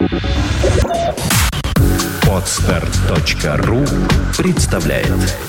Podster.ru представляет.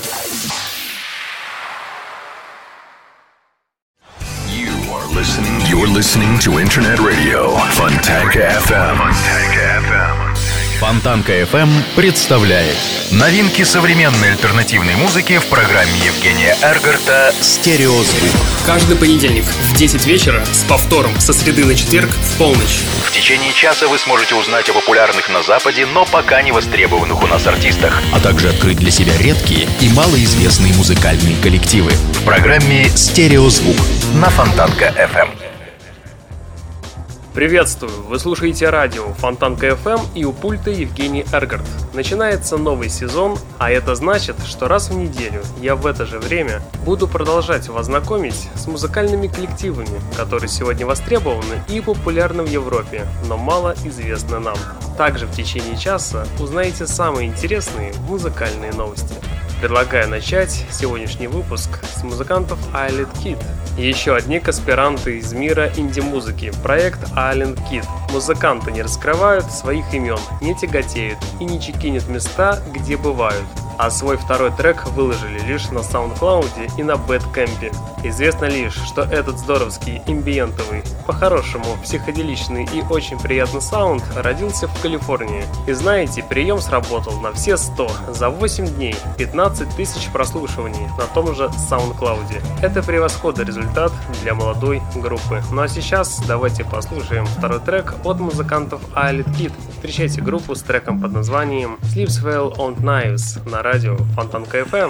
You're listening to Internet Radio Fontanka FM. Фонтанка FM представляет Новинки современной альтернативной музыки в программе Евгения Эргарта «Стереозвук». Каждый понедельник в 10 вечера с повтором со среды на четверг в полночь. В течение часа вы сможете узнать о популярных на Западе, но пока не востребованных у нас артистах, а также открыть для себя редкие и малоизвестные музыкальные коллективы в программе «Стереозвук» на Фонтанка FM. Приветствую! Вы слушаете радио Фонтанка FM и у пульта Евгений Эргарт. Начинается новый сезон, а это значит, что раз в неделю я в это же время буду продолжать вас знакомить с музыкальными коллективами, которые сегодня востребованы и популярны в Европе, но мало известны нам. Также в течение часа узнаете самые интересные музыкальные новости. Предлагаю начать сегодняшний выпуск с музыкантов Island Kid. Еще одни аспиранты из мира инди-музыки, проект Island Kid. Музыканты не раскрывают своих имен, не тяготеют и не чекинят места, где бывают. А свой второй трек выложили лишь на SoundCloud и на Bandcamp. Известно лишь, что этот здоровский имбиентовый, по-хорошему психоделичный и очень приятный саунд родился в Калифорнии. И знаете, прием сработал на все 100 за 8 дней, 15 тысяч прослушиваний на том же SoundCloud. Это превосходный результат для молодой группы. Ну а сейчас давайте послушаем второй трек от музыкантов Island Kid. Встречайте группу с треком под названием Sleeps Well on Knives на радио Фонтанка FM.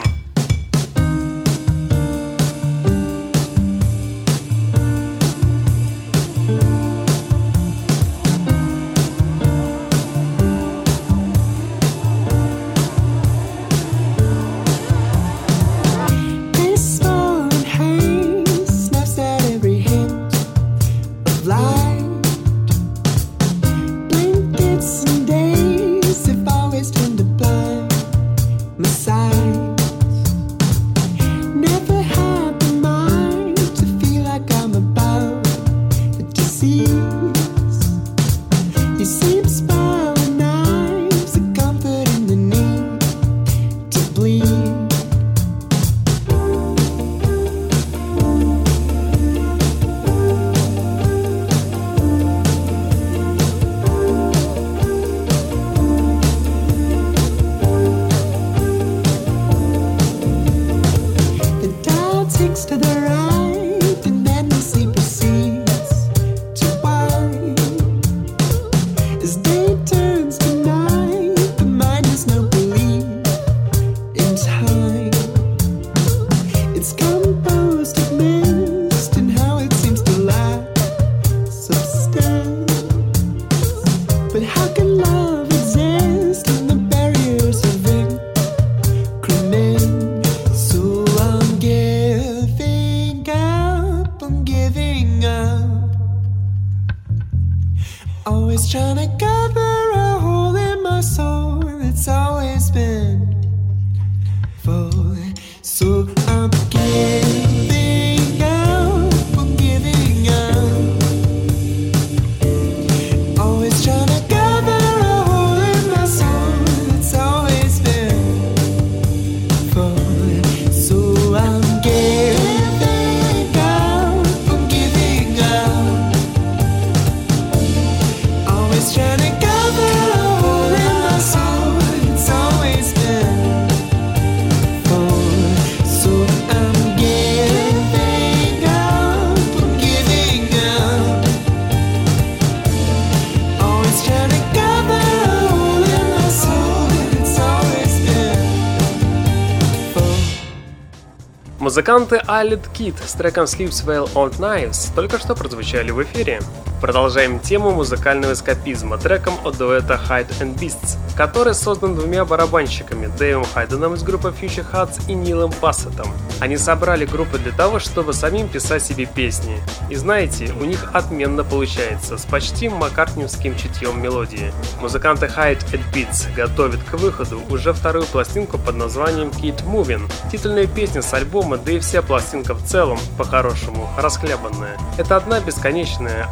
Музыканты Island Kid с треком Sleeps Well on Knives только что прозвучали в эфире. Продолжаем тему музыкального эскапизма треком от дуэта Hyde and Beasts, который создан двумя барабанщиками Дэйвом Хайденом из группы Future Hearts и Нилом Бассетом. Они собрали группу для того, чтобы самим писать себе песни. И знаете, у них отменно получается, с почти маккартниевским чутьем мелодии. Музыканты Hyde and Beasts готовят к выходу уже вторую пластинку под названием Keep Moving. Титульная песня с альбома, да и вся пластинка в целом, по-хорошему, расхлябанная. Это одна бесконечная акуна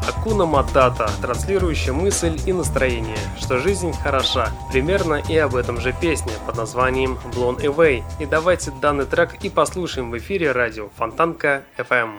Акуна Матата, транслирующая мысль и настроение, что жизнь хороша. Примерно и об этом же песня под названием Blown Away. И давайте данный трек и послушаем в эфире радио Фонтанка FM.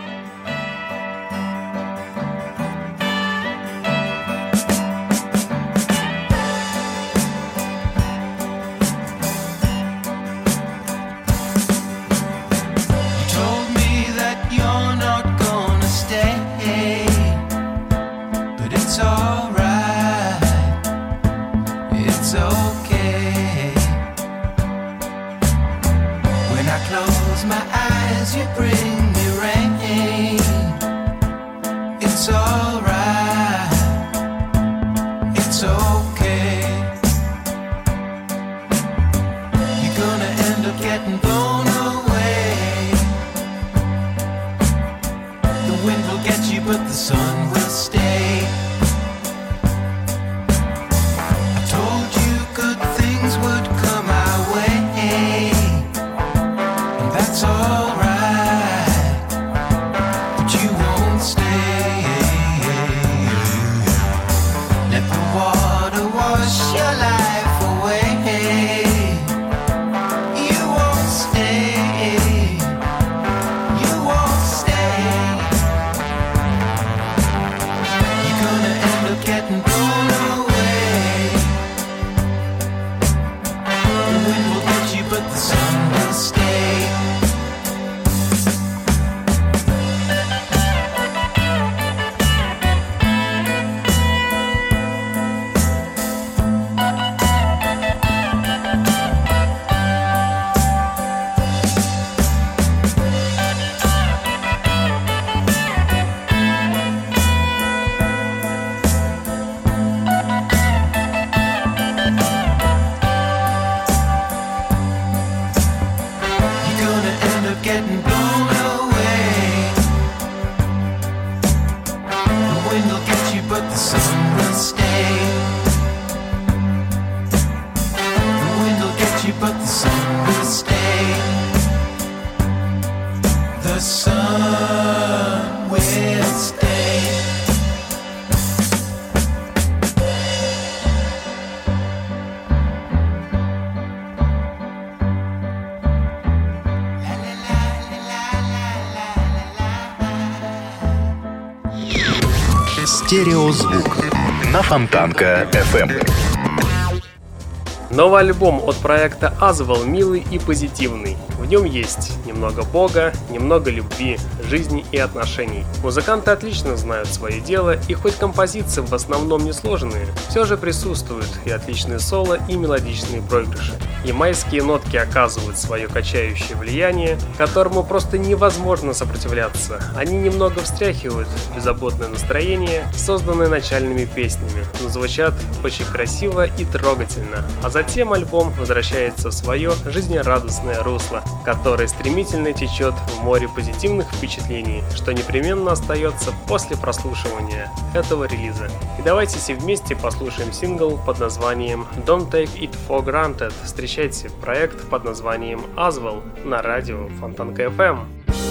Стереозвук на Фонтанка FM. Новый альбом от проекта Aswell милый и позитивный. В нем есть немного Бога, немного любви, жизни и отношений. Музыканты отлично знают свое дело, и хоть композиции в основном несложные, все же присутствуют и отличные соло, и мелодичные проигрыши. Ямайские нотки оказывают свое качающее влияние, которому просто невозможно сопротивляться. Они немного встряхивают беззаботное настроение, созданное начальными песнями, но звучат очень красиво и трогательно. А затем альбом возвращается в свое жизнерадостное русло, которое стремительно течет в море позитивных впечатлений, что непременно остается после прослушивания этого релиза. И давайте все вместе послушаем сингл под названием Don't Take It For Granted. Встречайте проект под названием Aswell на радио Фонтанка FM.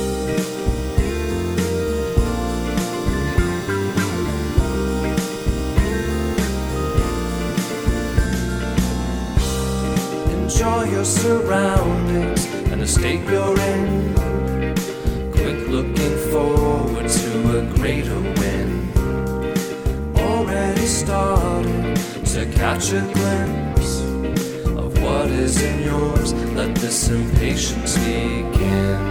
Enjoy your surroundings and the state you're in. Quick looking forward to a greater win. Already started to catch a glimpse of what is in yours. Let this impatience begin.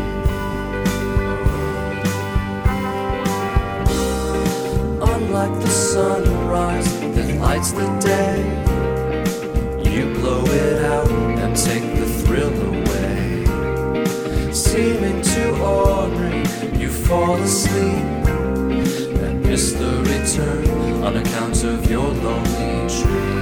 Unlike the sunrise that lights the day, you blow it out and take the thrill away. Seeming too ordinary, you fall asleep and miss the return on account of your lonely tree.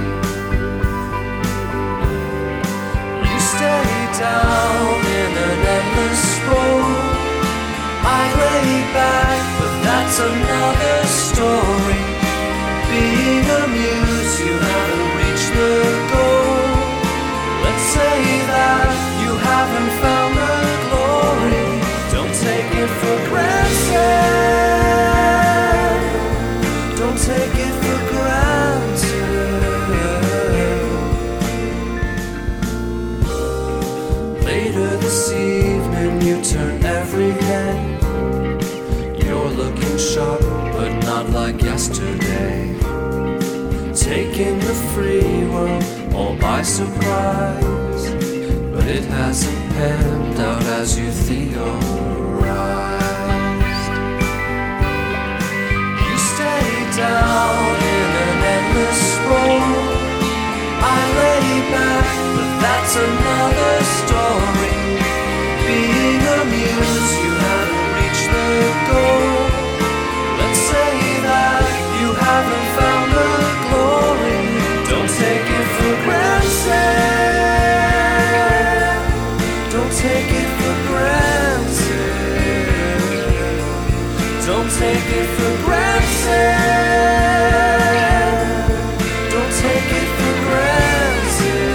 You stay down in an endless road. I lay back, but that's another story. Being amused, you haven't reached the goal. Let's say that you haven't found the glory. Don't take it for granted. taken the free world all by surprise, but it hasn't panned out as you theorized. You stay down in an endless road. I lay back, but that's another story. Being amused, you haven't reached the goal. Let's say that you haven't found the glory. Don't take it for granted. Don't take it for granted. Don't take it for granted. Don't take it for granted.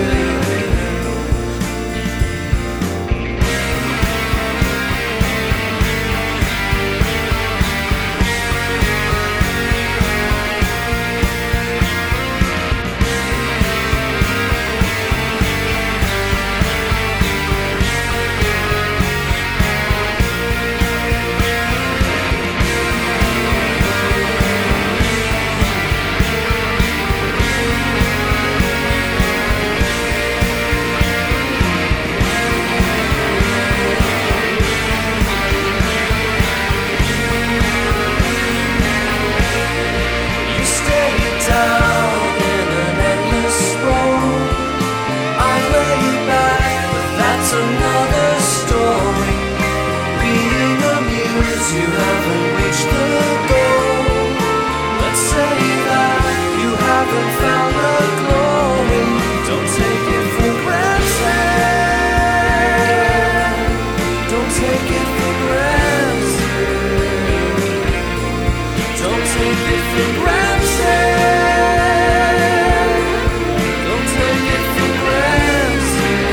Another story. Being amused, you haven't reached the goal. Let's say that you haven't found the glory. Don't take it for granted. Don't take it for granted. Don't take it for granted. Don't take it for granted.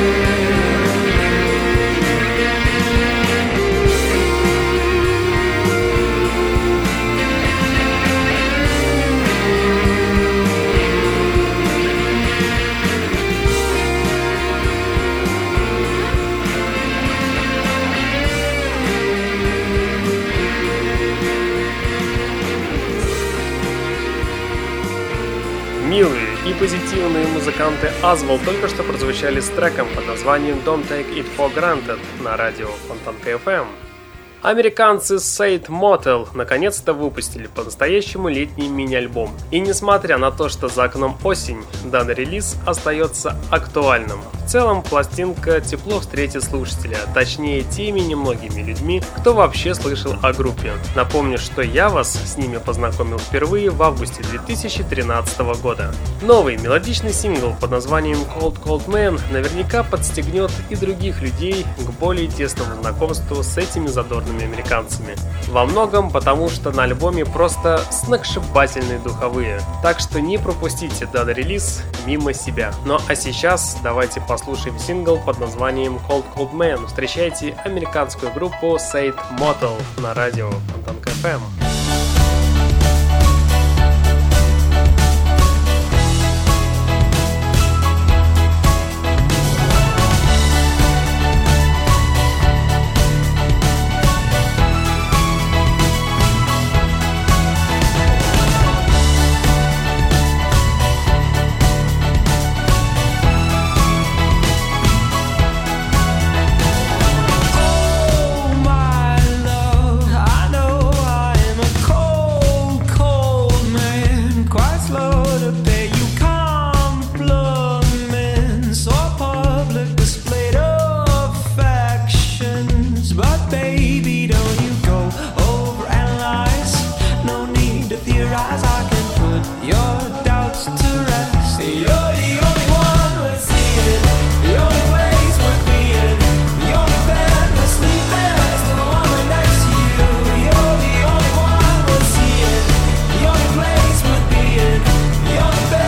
Милые и позитивные музыканты Aswell только что прозвучали с треком под названием Don't Take It For Granted на радио Фонтанка FM. Американцы Said Motel наконец-то выпустили по-настоящему летний мини-альбом. И несмотря на то, что за окном осень, данный релиз остается актуальным. В целом, пластинка тепло встретит слушателя, точнее теми немногими людьми, кто вообще слышал о группе. Напомню, что я вас с ними познакомил впервые в августе 2013 года. Новый мелодичный сингл под названием Cold Cold Man наверняка подстегнет и других людей к более тесному знакомству с этими задорными американцами. Во многом потому, что на альбоме просто сногсшибательные духовые. Так что не пропустите данный релиз мимо себя. Ну а сейчас давайте послушаем сингл под названием Cold Cold Man. Встречайте американскую группу Said Motel на радио Фонтанка FM. You're the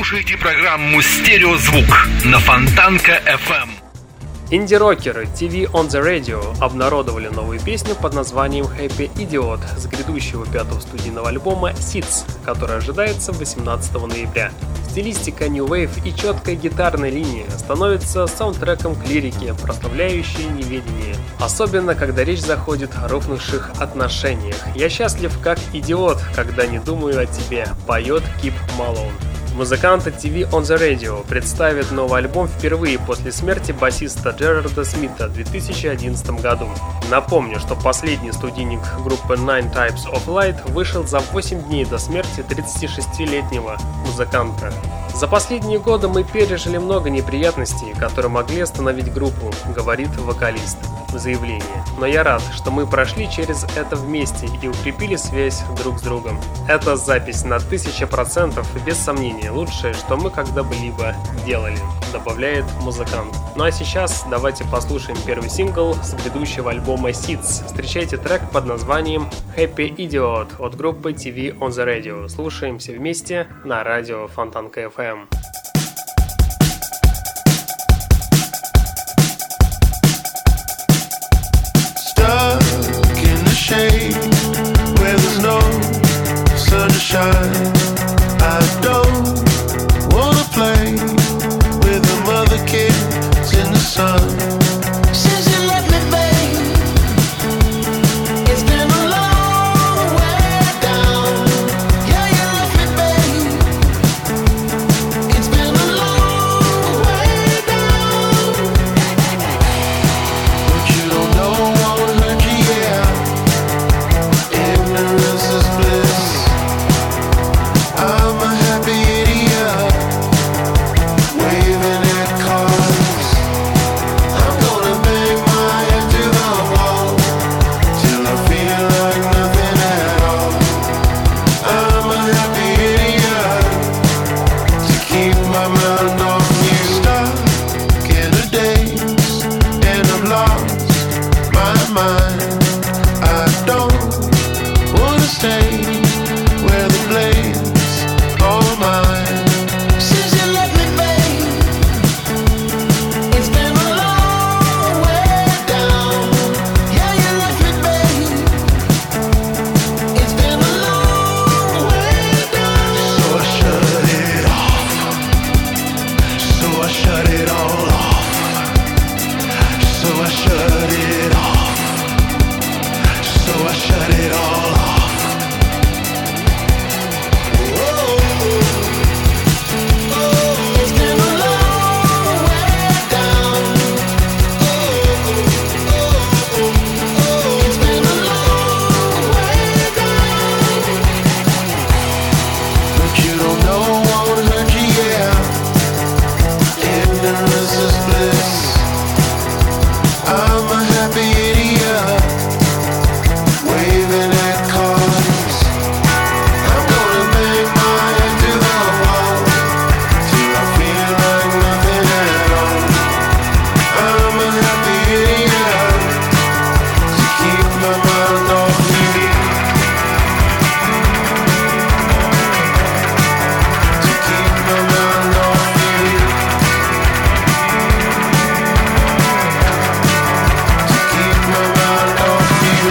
слушаете программу «Стереозвук» на Фонтанка FM. Инди-рокеры TV on the Radio обнародовали новую песню под названием Happy Idiot с грядущего 5-го студийного альбома Seeds, который ожидается 18 ноября. Стилистика New Wave и четкая гитарная линия становятся саундтреком к лирике, прославляющей неведение. Особенно, когда речь заходит о рухнувших отношениях. «Я счастлив как идиот, когда не думаю о тебе», поет Кип Малоун. Музыканты TV on the Radio представят новый альбом впервые после смерти басиста Джерарда Смита в 2011 году. Напомню, что последний студийник группы Nine Types of Light вышел за 8 дней до смерти 36-летнего музыканта. За последние годы мы пережили много неприятностей, которые могли остановить группу, говорит вокалист в заявлении. Но я рад, что мы прошли через это вместе и укрепили связь друг с другом. Эта запись на 1000% без сомнения лучшее, что мы когда-либо делали, добавляет музыкант. Ну а сейчас давайте послушаем первый сингл с грядущего альбома Seeds. Встречайте трек под названием Happy Idiot от группы TV on the Radio. Слушаемся вместе на радио Фонтанка FM. Stuck in the shade where there's no sunshine. I don't wanna play with them other kids in the sun. Since you left me, babe, it's been a long way down. Yeah, you left me, babe, it's been a long way down. But you don't know won't hurt you, yeah. Ignorance is bliss. I'm a happy idiot, waving at cars. I'm gonna bang my head to the wall till I feel like nothing at all. I'm a happy idiot to keep my mind off you. Stuck in a daze and I've lost my mind. I don't wanna stay where the blade's all mine. Since you left me, babe, it's been a long way down. Yeah, you left me, babe, it's been a long way down. So I shut it off. So I shut it all off. So I shut it off. So I shut it all off. It's been a long way down. It's been a long way down. But you don't know won't hurt you, yeah. Ignorance is bliss. I'm a happy idiot, waving at cars. I'm gonna bang my head to the wall till I feel like nothing at all. I'm a happy idiot to keep my mind off you. To keep my mind off you. To keep my mind off you.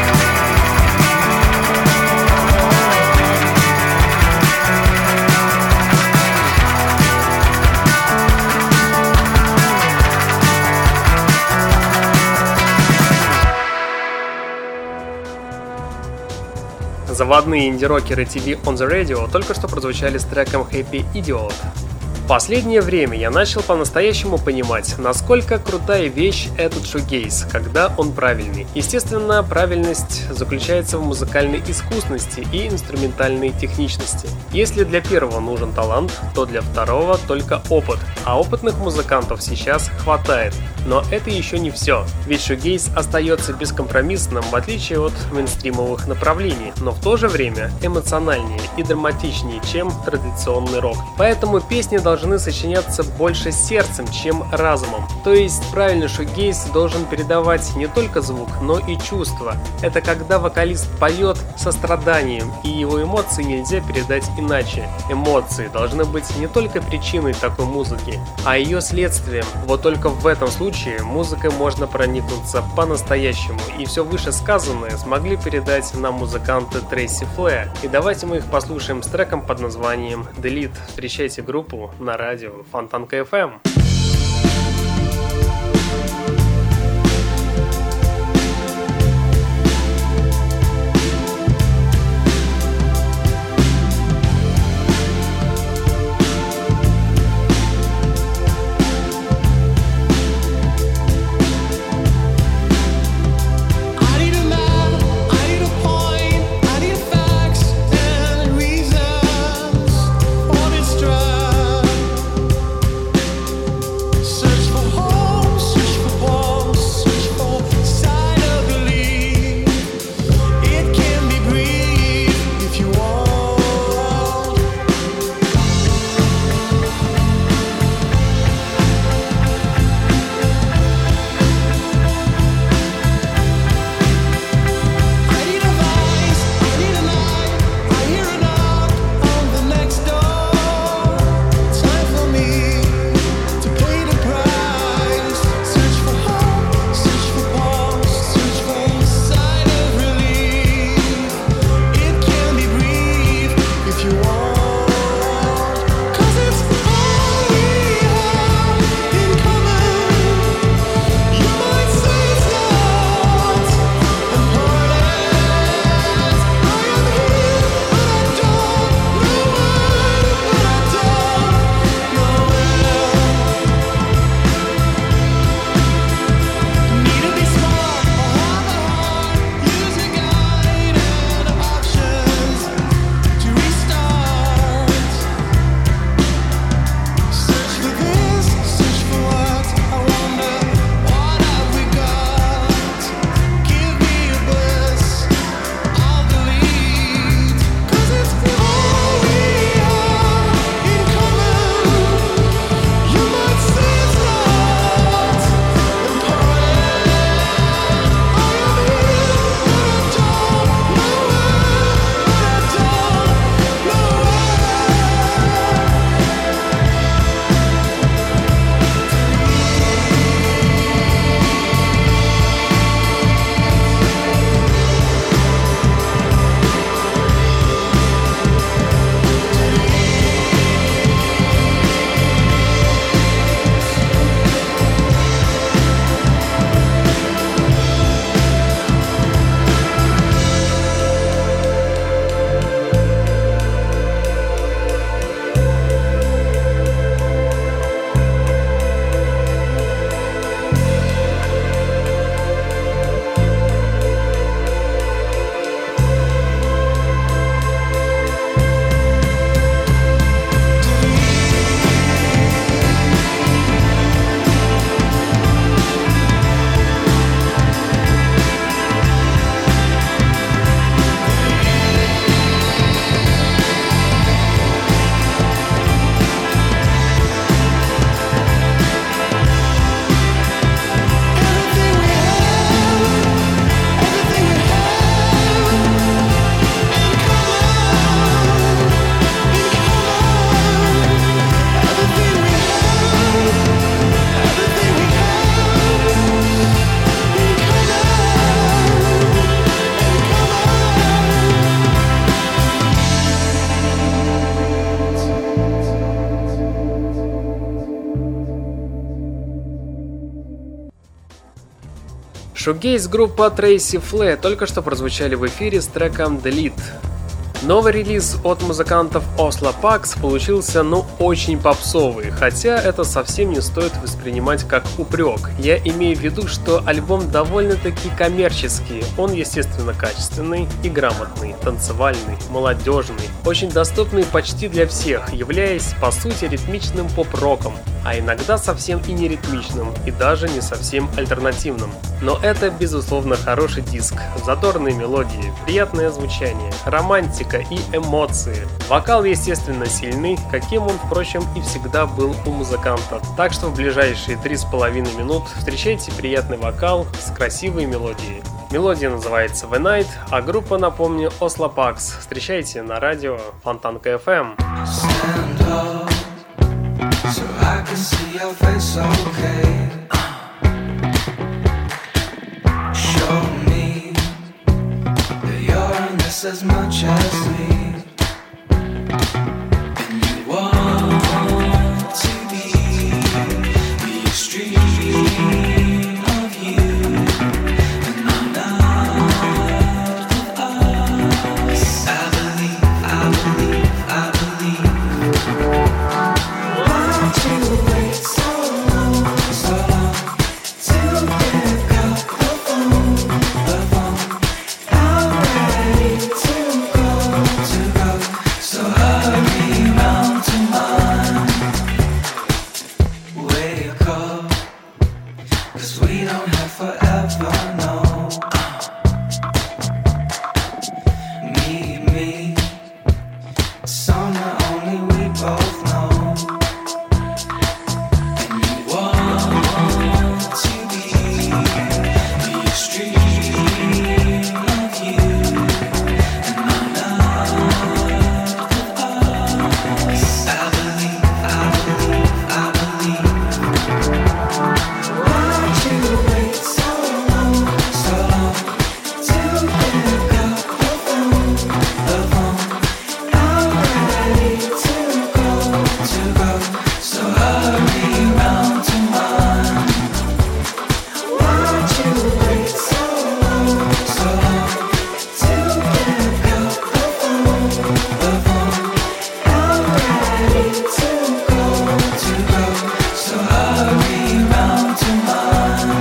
Заводные инди-рокеры TV on the Radio только что прозвучали с треком Happy Idiot. В последнее время я начал по-настоящему понимать, насколько крутая вещь этот шугейз, когда он правильный. Естественно, правильность заключается в музыкальной искусности и инструментальной техничности. Если для первого нужен талант, то для второго только опыт, а опытных музыкантов сейчас хватает. Но это еще не все, ведь шугейз остается бескомпромиссным в отличие от мейнстримовых направлений, но в то же время эмоциональнее и драматичнее, чем традиционный рок. Поэтому песни должны должны сочиняться больше сердцем, чем разумом. То есть правильный шугейз должен передавать не только звук, но и чувства. Это когда вокалист поет со страданием, и его эмоции нельзя передать иначе. Эмоции должны быть не только причиной такой музыки, а ее следствием. Вот только в этом случае музыкой можно проникнуться по-настоящему, и все вышесказанное смогли передать нам музыканты Tracy Flea. И давайте мы их послушаем с треком под названием Delete. Встречайте группу на радио Фонтанка FM. Шугейз группа Tracy Flea только что прозвучали в эфире с треком Delete. Новый релиз от музыкантов Oslo Pax получился очень попсовый, хотя это совсем не стоит воспринимать как упрек. Я имею в виду, что альбом довольно-таки коммерческий, он естественно качественный и грамотный, танцевальный, молодежный, очень доступный почти для всех, являясь по сути ритмичным поп-роком. а иногда совсем и не ритмичным, и даже не совсем альтернативным. Но это, безусловно, хороший диск. Задорные мелодии, приятное звучание, романтика и эмоции. Вокал, естественно, сильный, каким он, впрочем, и всегда был у музыканта. Так что в ближайшие 3,5 минут встречайте приятный вокал с красивой мелодией. Мелодия называется The Night, а группа, напомню, Oslapax. Встречайте на радио Фонтанка FM. Stand up, so I can see your face, okay. Show me that you're in this as much as me. And you want to be a stream of you. And I'm not of us. I believe. Why'd you wait so long to pick up the phone? I'm ready to go. So hurry round to mine. Wake up, 'cause we don't have forever, no. Meet me somewhere only we both know. And you want to be a stream of you. And I'm not of us. I believe. Why'd you wait so long to pick up the phone? I'm ready to go. So hurry round to mine. Why'd you wait so long to pick up the phone? I'm ready to go. So hurry round to mine.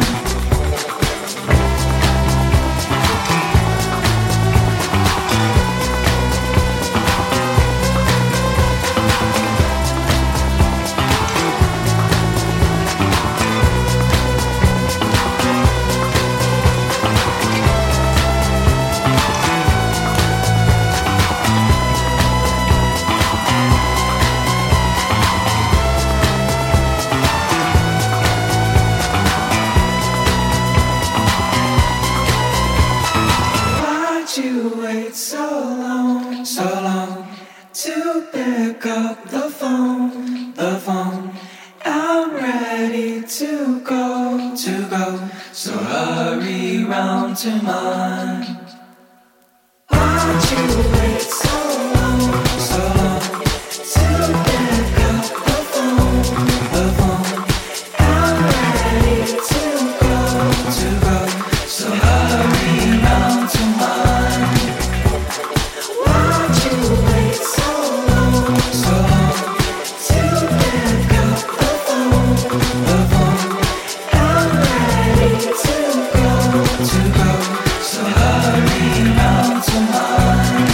Why'd you wait so long to pick up the phone? I'm ready to go. So hurry round to mine. Why'd you wait so long to pick up the phone? I'm ready to go. So hurry round to mine. Why'd you wait so long to pick up the phone? I'm ready to go. So hurry round to mine.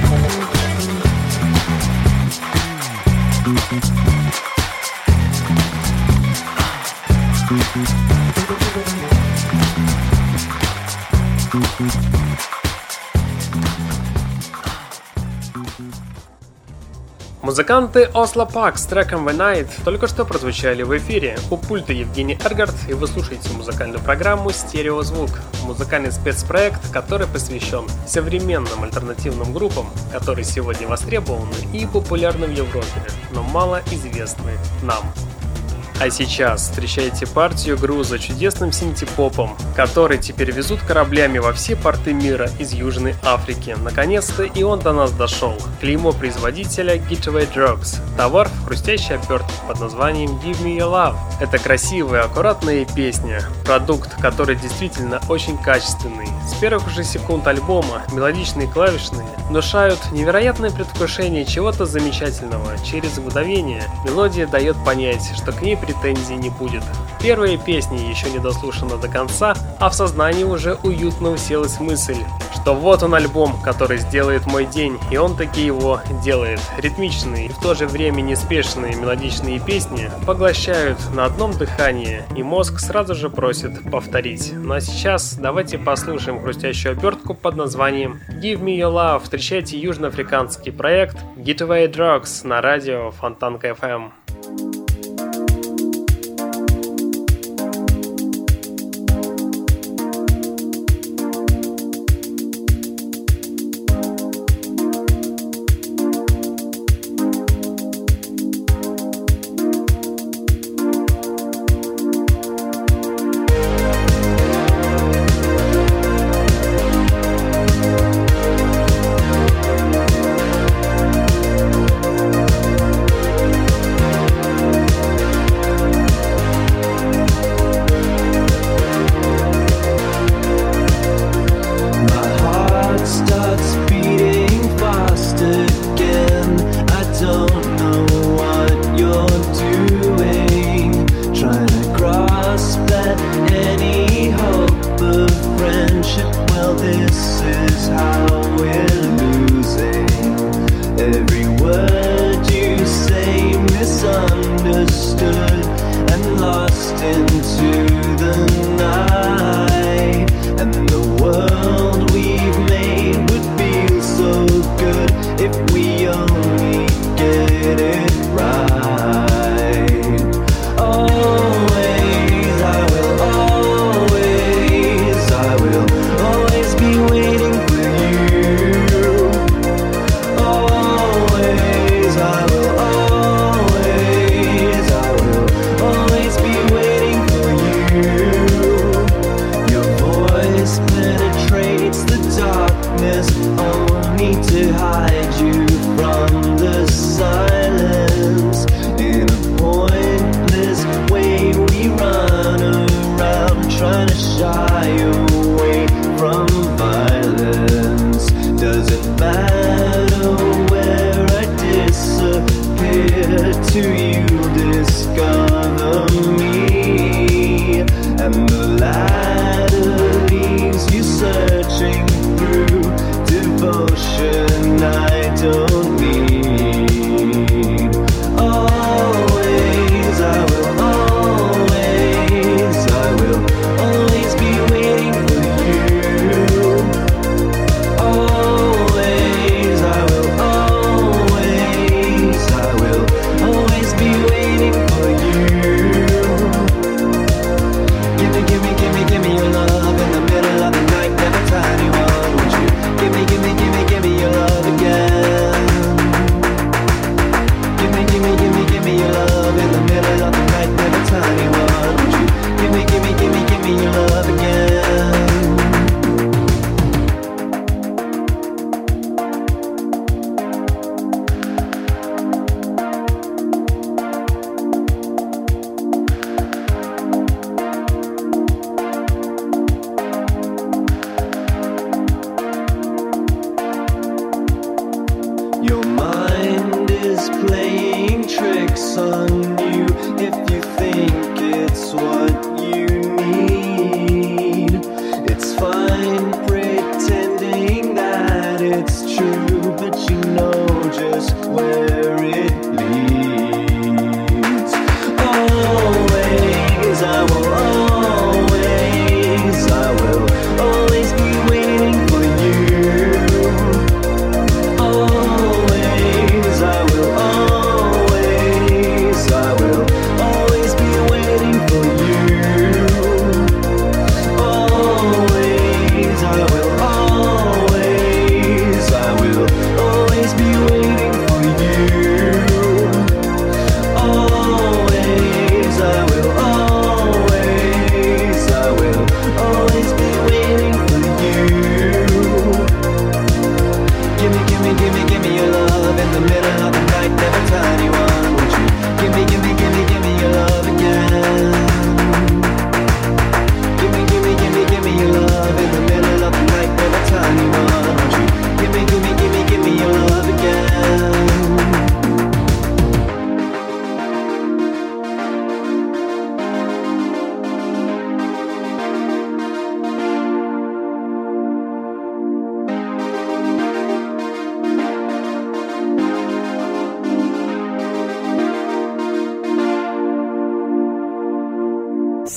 Музыканты Oslapax с треком The Night только что прозвучали в эфире. У пульта Евгений Эргард, и вы слушаете музыкальную программу «Стереозвук». Музыкальный спецпроект, который посвящен современным альтернативным группам, которые сегодня востребованы и популярны в Европе, но мало известны нам. А сейчас встречайте партию груза чудесным синти-попом, который теперь везут кораблями во все порты мира из Южной Африки. Наконец-то и он до нас дошел. Клеймо производителя Getaway Drugs. Товар в хрустящей обертке под названием Give Me Your Love. Это красивая, аккуратная песня. Продукт, который действительно очень качественный. С первых же секунд альбома мелодичные клавишные внушают невероятное предвкушение чего-то замечательного. Через мгновение мелодия дает понять, что к ней претензий не будет. Первая песня еще не дослушана до конца, а в сознании уже уютно уселась мысль, что то вот он альбом, который сделает мой день, и он таки его делает. Ритмичные и в то же время неспешные мелодичные песни поглощают на одном дыхании, и мозг сразу же просит повторить. Ну а сейчас давайте послушаем хрустящую обертку под названием Give Me Your Love. Встречайте южноафриканский проект Getaway Drugs на радио Фонтанка FM.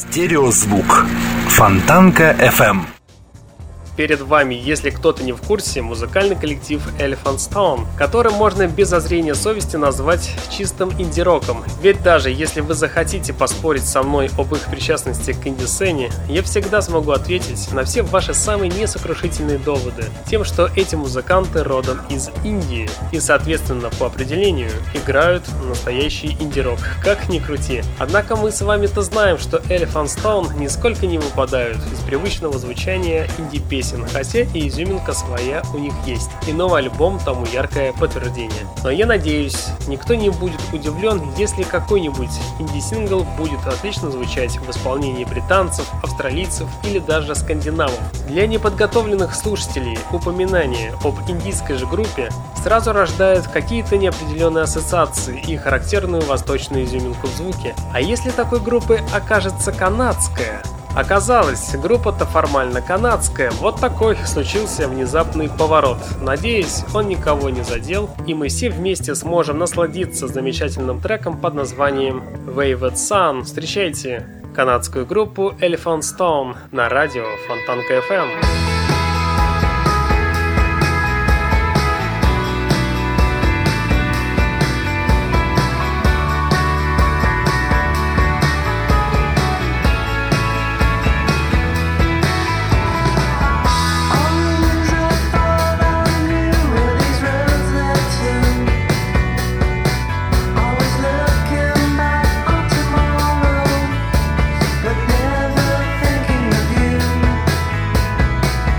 Стереозвук. Фонтанка FM. Перед вами, если кто-то не в курсе, музыкальный коллектив Elephant Stone, который можно без зазрения совести назвать чистым инди-роком. Ведь даже если вы захотите поспорить со мной об их причастности к инди-сцене, я всегда смогу ответить на все ваши самые несокрушительные доводы тем, что эти музыканты родом из Индии и, соответственно, по определению играют настоящий инди-рок, как ни крути. Однако мы с вами-то знаем, что Elephant Stone нисколько не выпадают из привычного звучания инди-песен, хотя и изюминка своя у них есть, и новый альбом тому яркое подтверждение. Но я надеюсь, никто не будет удивлен, если какой-нибудь инди-сингл будет отлично звучать в исполнении британцев, австралийцев или даже скандинавов. Для неподготовленных слушателей упоминание об индийской же группе сразу рождает какие-то неопределенные ассоциации и характерную восточную изюминку в звуке. А если такой группой окажется канадская? Оказалось, группа-то формально канадская. Вот такой случился внезапный поворот. Надеюсь, он никого не задел, и мы все вместе сможем насладиться замечательным треком под названием Wayward Sun. Встречайте канадскую группу Elephant Stone на радио Фонтанка FM. But never thinking of you.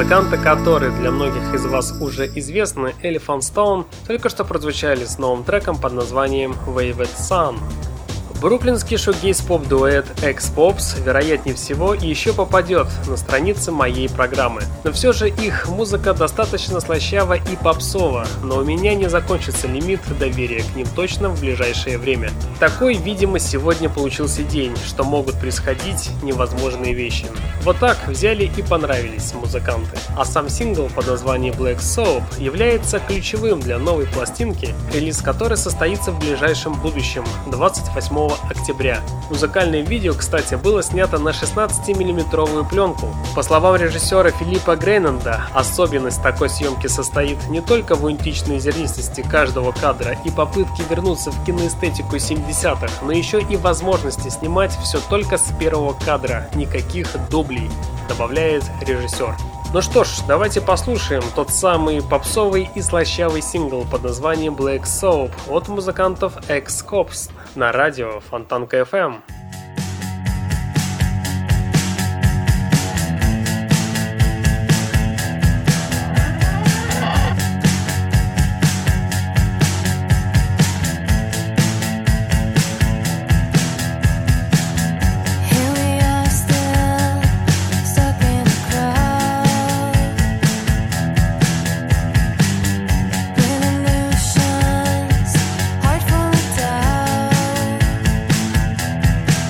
Музыканты, которые для многих из вас уже известны, Elephant Stone, только что прозвучали с новым треком под названием Wayward Sun. Бруклинский шугейз-поп-дуэт X-Pops, вероятнее всего, еще попадет на страницы моей программы. Но все же их музыка достаточно слащава и попсова, но у меня не закончится лимит доверия к ним точно в ближайшее время. Такой, видимо, сегодня получился день, что могут происходить невозможные вещи. Вот так взяли и понравились музыканты. А сам сингл под названием Black Soap является ключевым для новой пластинки, релиз которой состоится в ближайшем будущем, 28 октября. Музыкальное видео, кстати, было снято на 16-мм пленку. По словам режиссера Филиппа Грейнанда, особенность такой съемки состоит не только в аутентичной зернистости каждого кадра и попытке вернуться в киноэстетику 70-х, но еще и возможности снимать все только с первого кадра, никаких дублей, добавляет режиссер. Ну что ж, давайте послушаем тот самый попсовый и слащавый сингл под названием Black Soap от музыкантов X-Pops на радио Фонтанка FM. Heart full of doubt.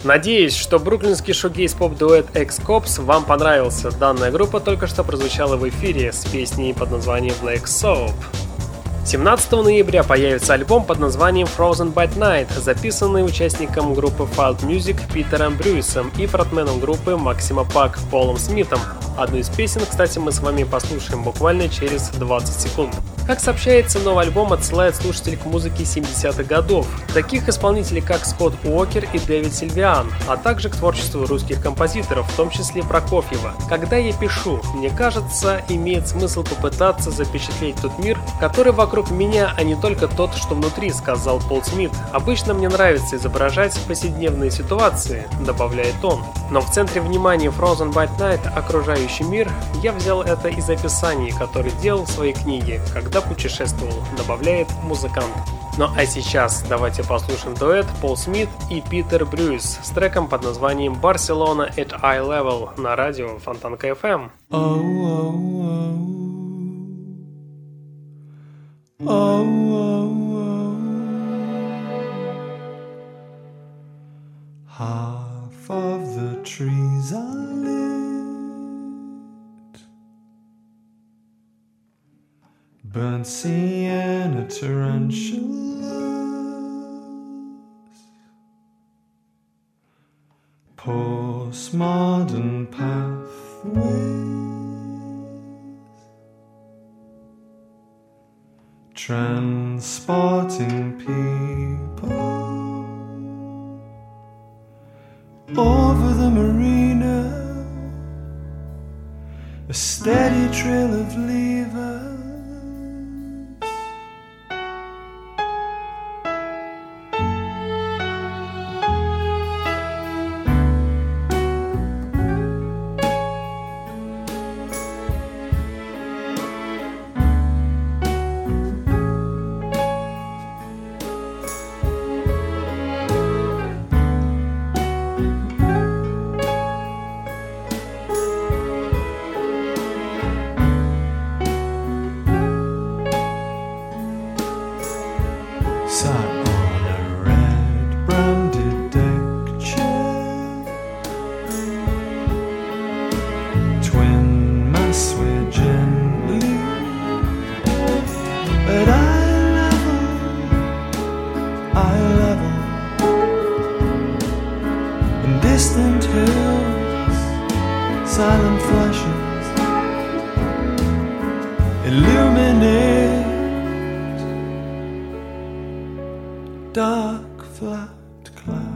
Надеюсь, что бруклинский шугейз-поп-дуэт X-Cops вам понравился. Данная группа только что прозвучала в эфире с песней под названием Black Soap. 17 ноября появится альбом под названием Frozen by Night, записанный участником группы Field Music Питером Брюисом и фронтменом группы Maxima Park Полом Смитом. Одну из песен, кстати, мы с вами послушаем буквально через 20 секунд. Как сообщается, новый альбом отсылает слушателей к музыке 70-х годов, таких исполнителей как Скотт Уокер и Дэвид Сильвиан, а также к творчеству русских композиторов, в том числе Прокофьева. Когда я пишу, мне кажется, имеет смысл попытаться запечатлеть тот мир, который вокруг меня, а не только тот, что внутри, сказал Пол Смит. Обычно мне нравится изображать повседневные ситуации, добавляет он. Но в центре внимания Frozen by Night окружающий мир, я взял это из описаний, которые делал в своей книге, когда путешествовал, добавляет музыкант. Ну а сейчас давайте послушаем дуэт Пол Смит и Питер Брюис с треком под названием Barcelona at Eye Level на радио Фонтанка FM. Half of the trees are lit, burnt sienna tarantulas, postmodern pathways, transporting people over the marina, a steady trail of levers, dark flat clouds.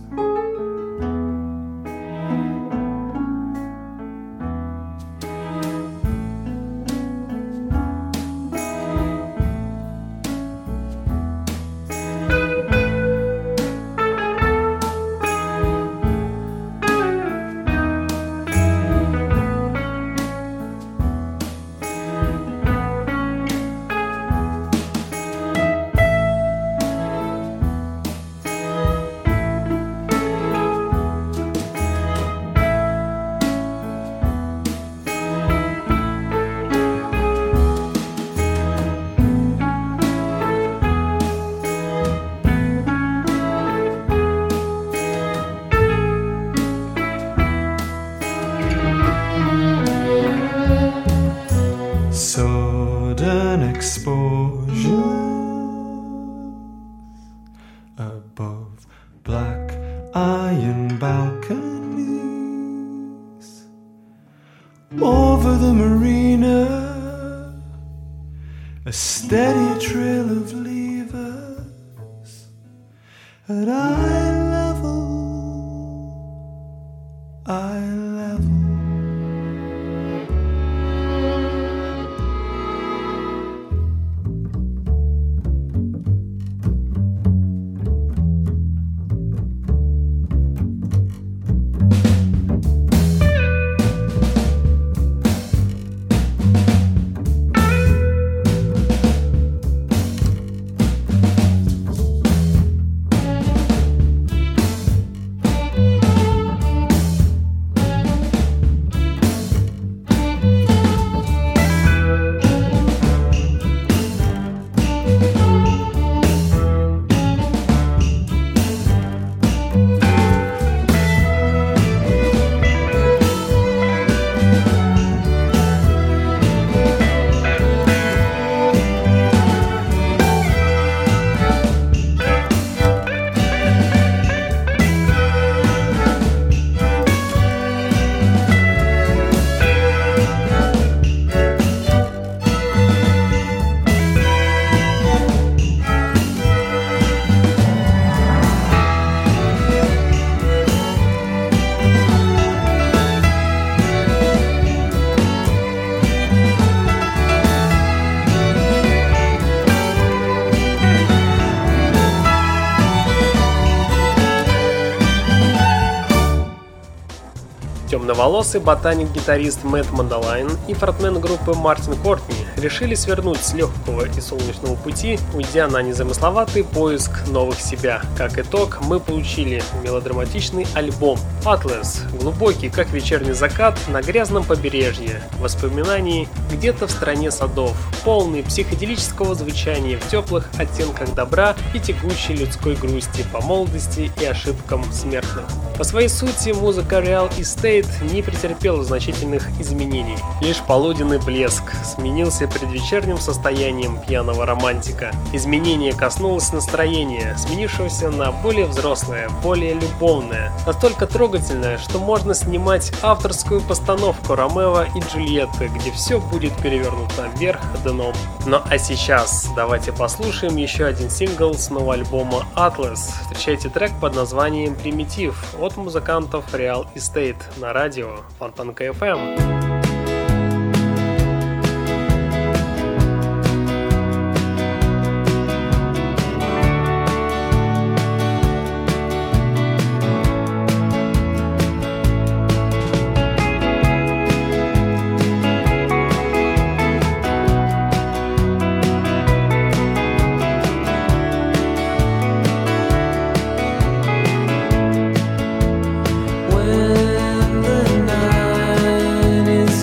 Sudden exposure above black iron balconies, over the marina, a steady trail of levers at eye level, eye level. Темноволосый ботаник-гитарист Мэтт Мандалайн и фронтмен группы Мартин Кортни решили свернуть с легкого и солнечного пути, уйдя на незамысловатый поиск новых себя. Как итог, мы получили мелодраматичный альбом Atlas, глубокий, как вечерний закат на грязном побережье, воспоминаний где-то в стране садов, полный психоделического звучания в теплых оттенках добра и текущей людской грусти по молодости и ошибкам смертных. По своей сути, музыка Real Estate не претерпела значительных изменений. Лишь полуденный блеск сменился предвечерним состоянием пьяного романтика. Изменение коснулось настроения, сменившегося на более взрослое, более любовное. Настолько трогательное, что можно снимать авторскую постановку Ромео и Джульетты, где все будет перевернуто вверх дном. Ну а сейчас давайте послушаем еще один сингл с нового альбома Atlas. Встречайте трек под названием «Примитив» от музыкантов Real Estate на радио Фонтанка FM. When the night is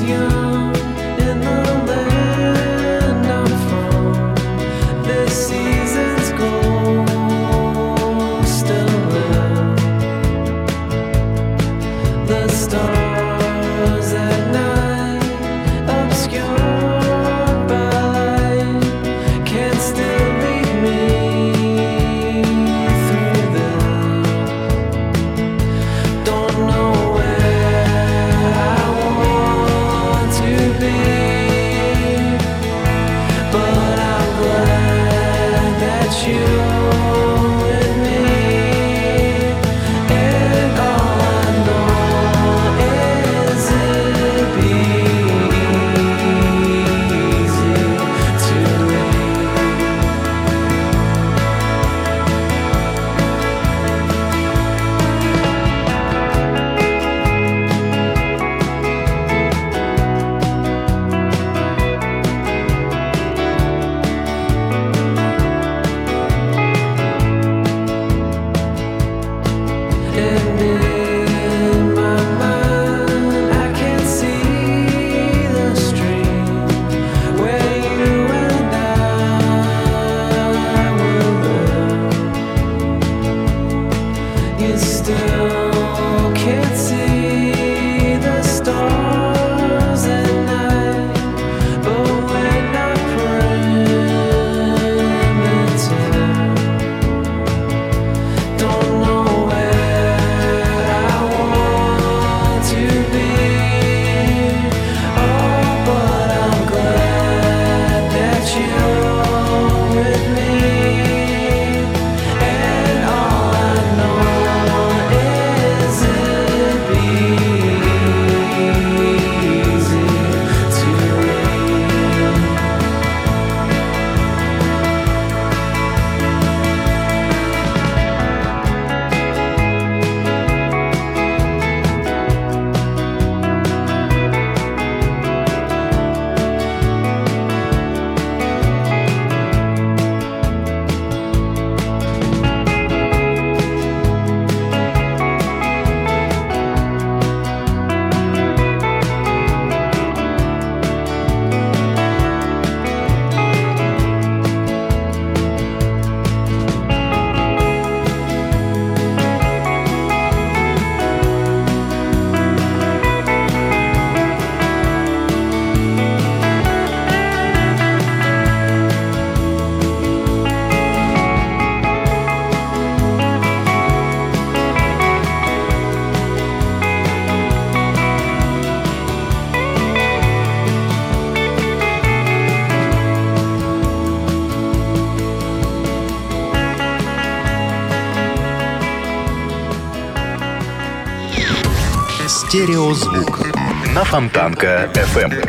Стереозвук на Фонтанка FM.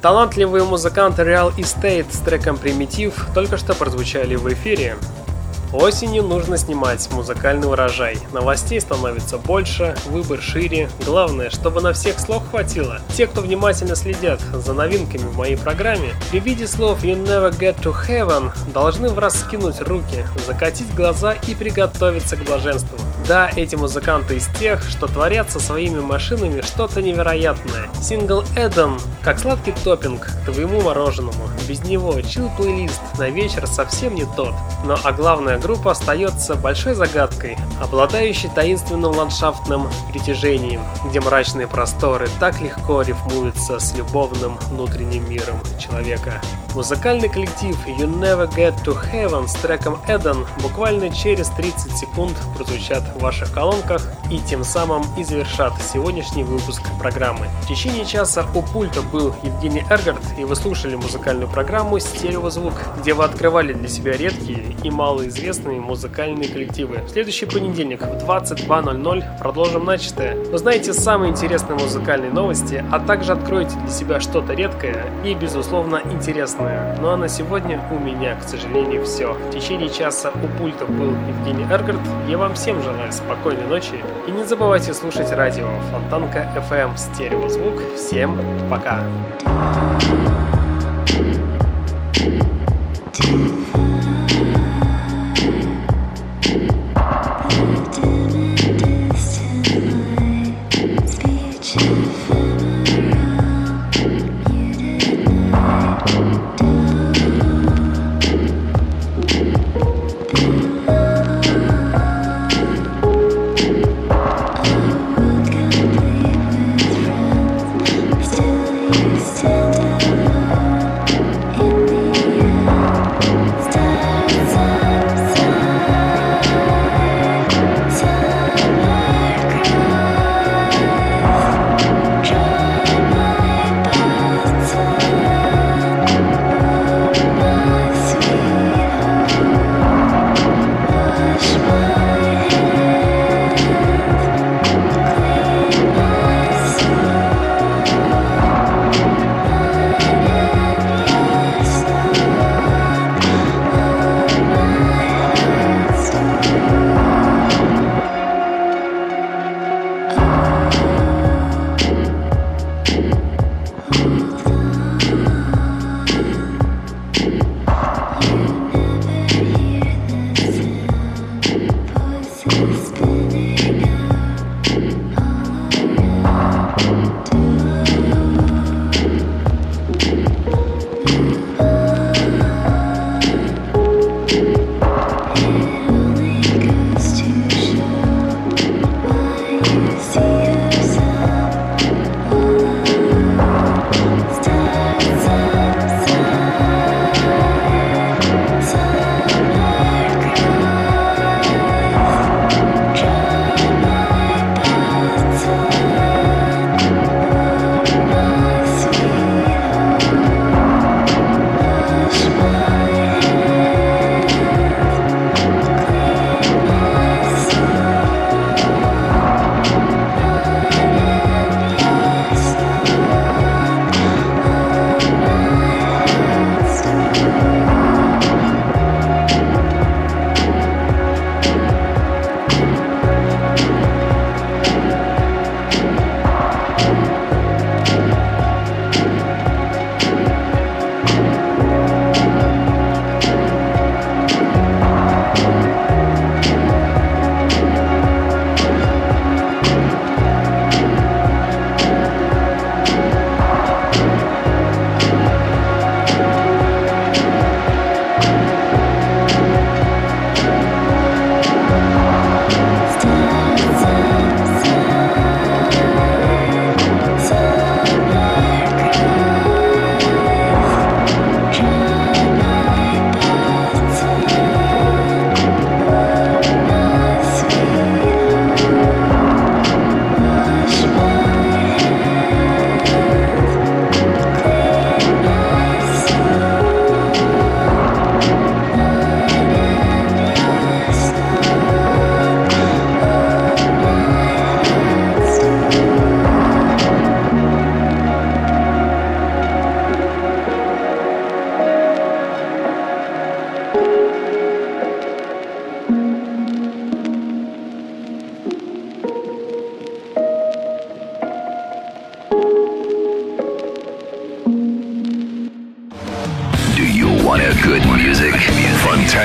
Талантливые музыканты Real Estate с треком «Примитив» только что прозвучали в эфире. Осенью нужно снимать музыкальный урожай. Новостей становится больше, выбор шире. Главное, чтобы на всех слов хватило. Те, кто внимательно следят за новинками в моей программе, при виде слов «You never get to heaven» должны враз скинуть руки, закатить глаза и приготовиться к блаженству. Да, эти музыканты из тех, что творят со своими машинами что-то невероятное. Сингл «Эден» как сладкий топпинг к твоему мороженому. Без него чил-плейлист на вечер совсем не тот. Но а главная группа остается большой загадкой, обладающей таинственным ландшафтным притяжением, где мрачные просторы так легко рифмуются с любовным внутренним миром человека. Музыкальный коллектив You Never Get to Heaven с треком «Эден» буквально через 30 секунд прозвучат в ваших колонках и тем самым и завершат сегодняшний выпуск программы. В течение часа у пульта был Евгений Эргард, и вы слушали музыкальную программу «Стереозвук», где вы открывали для себя редкие и малоизвестные музыкальные коллективы. В следующий понедельник в 22:00 продолжим начатое. Узнаете самые интересные музыкальные новости, а также откроете для себя что-то редкое и, безусловно, интересное. Ну а на сегодня у меня, к сожалению, все. В течение часа у пульта был Евгений Эргард. Я вам всем желаю спокойной ночи и не забывайте слушать радио Фонтанка FM «Стереозвук». Всем пока! Still you stand alone.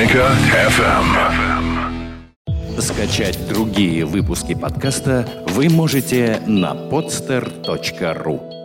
Фонтанка FM. Скачать другие выпуски подкаста вы можете на podster.ru.